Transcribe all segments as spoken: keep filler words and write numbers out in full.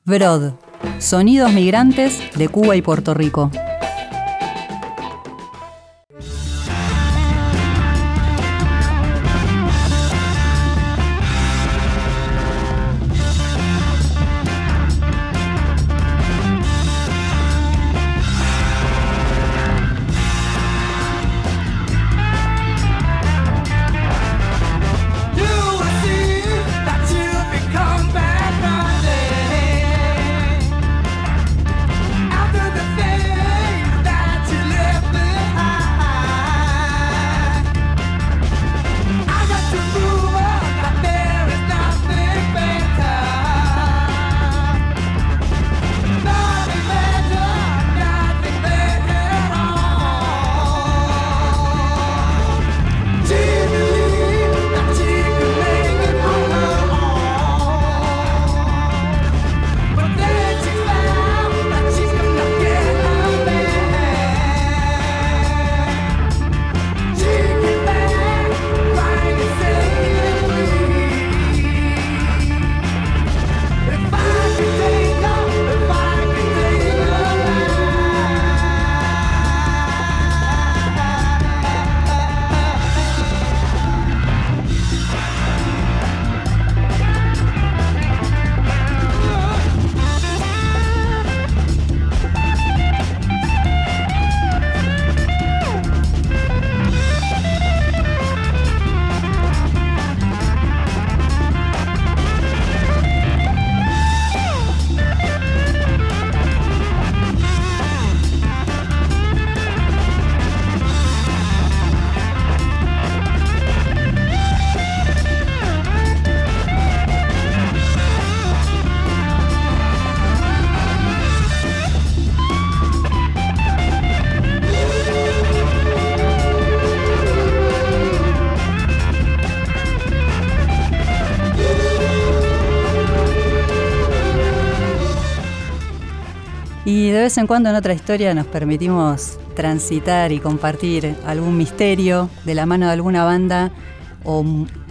Brod, sonidos migrantes de Cuba y Puerto Rico. Y de vez en cuando en otra historia nos permitimos transitar y compartir algún misterio de la mano de alguna banda o,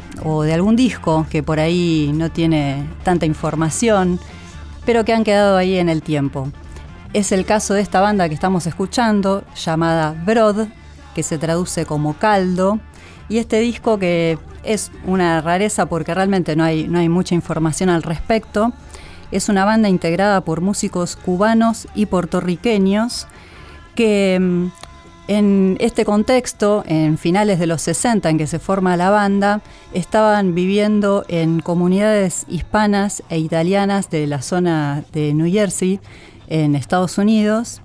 o de algún disco que por ahí no tiene tanta información, pero que han quedado ahí en el tiempo. Es el caso de esta banda que estamos escuchando, llamada Brod, que se traduce como caldo, y este disco que es una rareza porque realmente no hay, no hay mucha información al respecto. Es una banda integrada por músicos cubanos y puertorriqueños que en este contexto, en finales de los sesenta en que se forma la banda, estaban viviendo en comunidades hispanas e italianas de la zona de New Jersey, en Estados Unidos.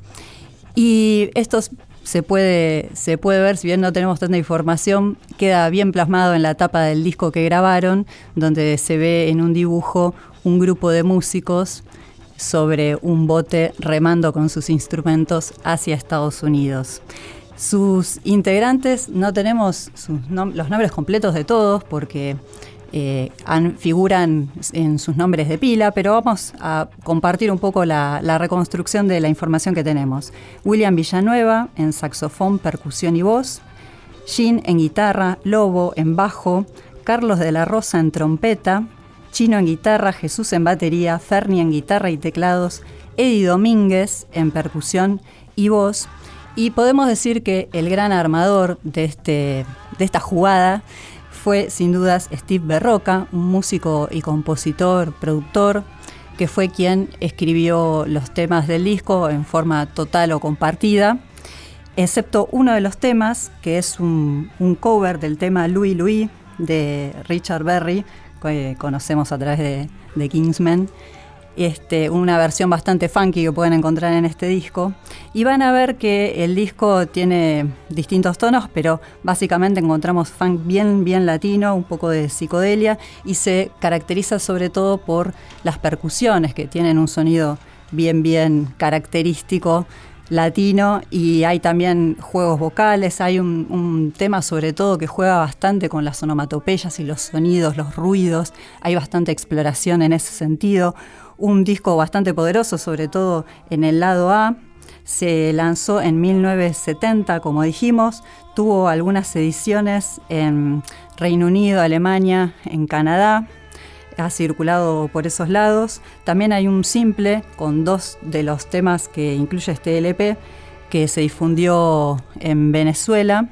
Y esto se puede, se puede ver, si bien no tenemos tanta información, queda bien plasmado en la tapa del disco que grabaron, donde se ve en un dibujo un grupo de músicos sobre un bote remando con sus instrumentos hacia Estados Unidos. Sus integrantes, no tenemos sus nom- los nombres completos de todos porque eh, han, figuran en sus nombres de pila, pero vamos a compartir un poco la, la reconstrucción de la información que tenemos. William Villanueva en saxofón, percusión y voz, Jean en guitarra, Lobo en bajo, Carlos de la Rosa en trompeta, Chino en guitarra, Jesús en batería, Ferni en guitarra y teclados, Eddie Domínguez en percusión y voz. Y podemos decir que el gran armador de, este, de esta jugada fue sin dudas Steve Berroca, un músico y compositor, productor, que fue quien escribió los temas del disco en forma total o compartida, excepto uno de los temas, que es un, un cover del tema Louie Louie de Richard Berry, que conocemos a través de, de Kingsmen, este, una versión bastante funky que pueden encontrar en este disco. Y van a ver que el disco tiene distintos tonos, pero básicamente encontramos funk bien, bien latino, un poco de psicodelia, y se caracteriza sobre todo por las percusiones, que tienen un sonido bien, bien característico latino, y hay también juegos vocales. Hay un, un tema sobre todo que juega bastante con las onomatopeyas y los sonidos, los ruidos. Hay bastante exploración en ese sentido. Un disco bastante poderoso, sobre todo en el lado A. Se lanzó en mil novecientos setenta, como dijimos. Tuvo algunas ediciones en Reino Unido, Alemania, en Canadá. ha circulado por esos lados. También hay un simple con dos de los temas que incluye este L P que se difundió en Venezuela,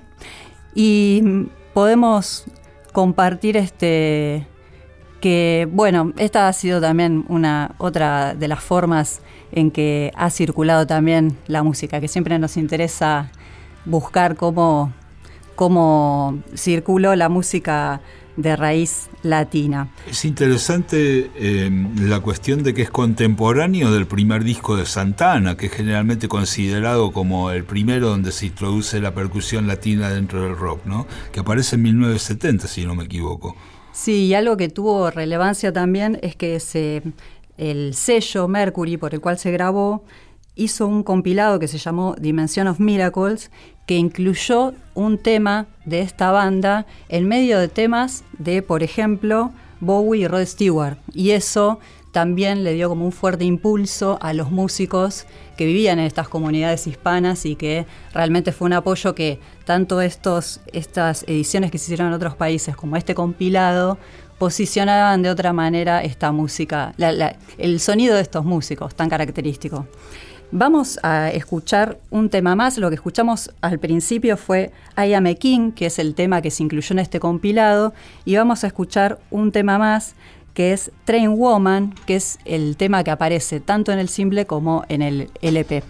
y podemos compartir este que, bueno, esta ha sido también una otra de las formas en que ha circulado también la música, que siempre nos interesa buscar cómo, cómo circuló la música de raíz latina. Es interesante eh, la cuestión de que es contemporáneo del primer disco de Santana, que es generalmente considerado como el primero donde se introduce la percusión latina dentro del rock, ¿no? Que aparece en mil novecientos setenta, si no me equivoco. Sí, y algo que tuvo relevancia también es que se, el sello Mercury, por el cual se grabó, hizo un compilado que se llamó Dimension of Miracles, que incluyó un tema de esta banda en medio de temas de, por ejemplo, Bowie y Rod Stewart. Y eso también le dio como un fuerte impulso a los músicos que vivían en estas comunidades hispanas, y que realmente fue un apoyo que tanto estos, estas ediciones que se hicieron en otros países como este compilado posicionaban de otra manera esta música, la, la, el sonido de estos músicos tan característico. Vamos a escuchar un tema más. Lo que escuchamos al principio fue I Am a King, que es el tema que se incluyó en este compilado, y vamos a escuchar un tema más que es Train Woman, que es el tema que aparece tanto en el simple como en el L P.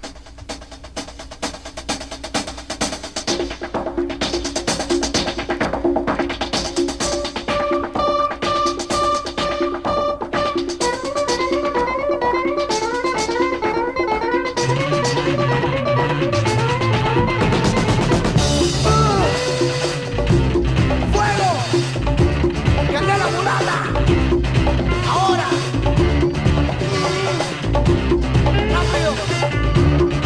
Rápido.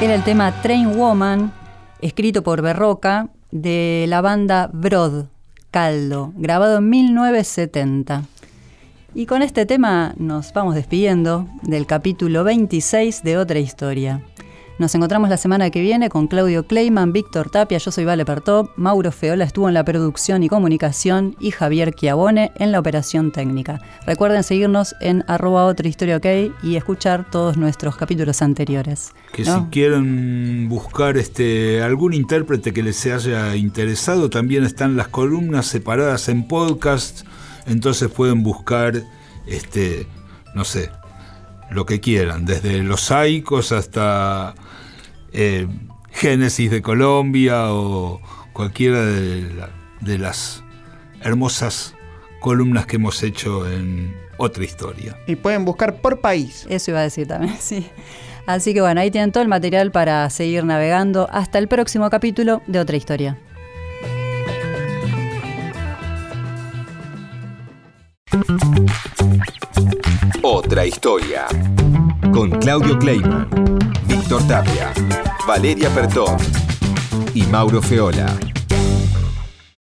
era el tema Train Woman, escrito por Berroca, de la banda Brod, Caldo, grabado en mil novecientos setenta. Y con este tema nos vamos despidiendo del capítulo veintiséis de Otra Historia. Nos encontramos la semana que viene con Claudio Kleiman, Víctor Tapia, yo soy Vale Pertov, Mauro Feola estuvo en la producción y comunicación y Javier Chiavone en la operación técnica. Recuerden seguirnos en arroba Otra Historia OK y escuchar todos nuestros capítulos anteriores. Que ¿no? Si quieren buscar este algún intérprete que les haya interesado, también están las columnas separadas en podcast, entonces pueden buscar, este, no sé, lo que quieran, desde los Saicos hasta eh, Génesis de Colombia o cualquiera de, la, de las hermosas columnas que hemos hecho en Otra Historia. Y pueden buscar por país. Eso iba a decir también, sí. Así que bueno, ahí tienen todo el material para seguir navegando hasta el próximo capítulo de Otra Historia. Otra Historia, con Claudio Kleiman, Víctor Tapia, Valeria Pertov y Mauro Feola.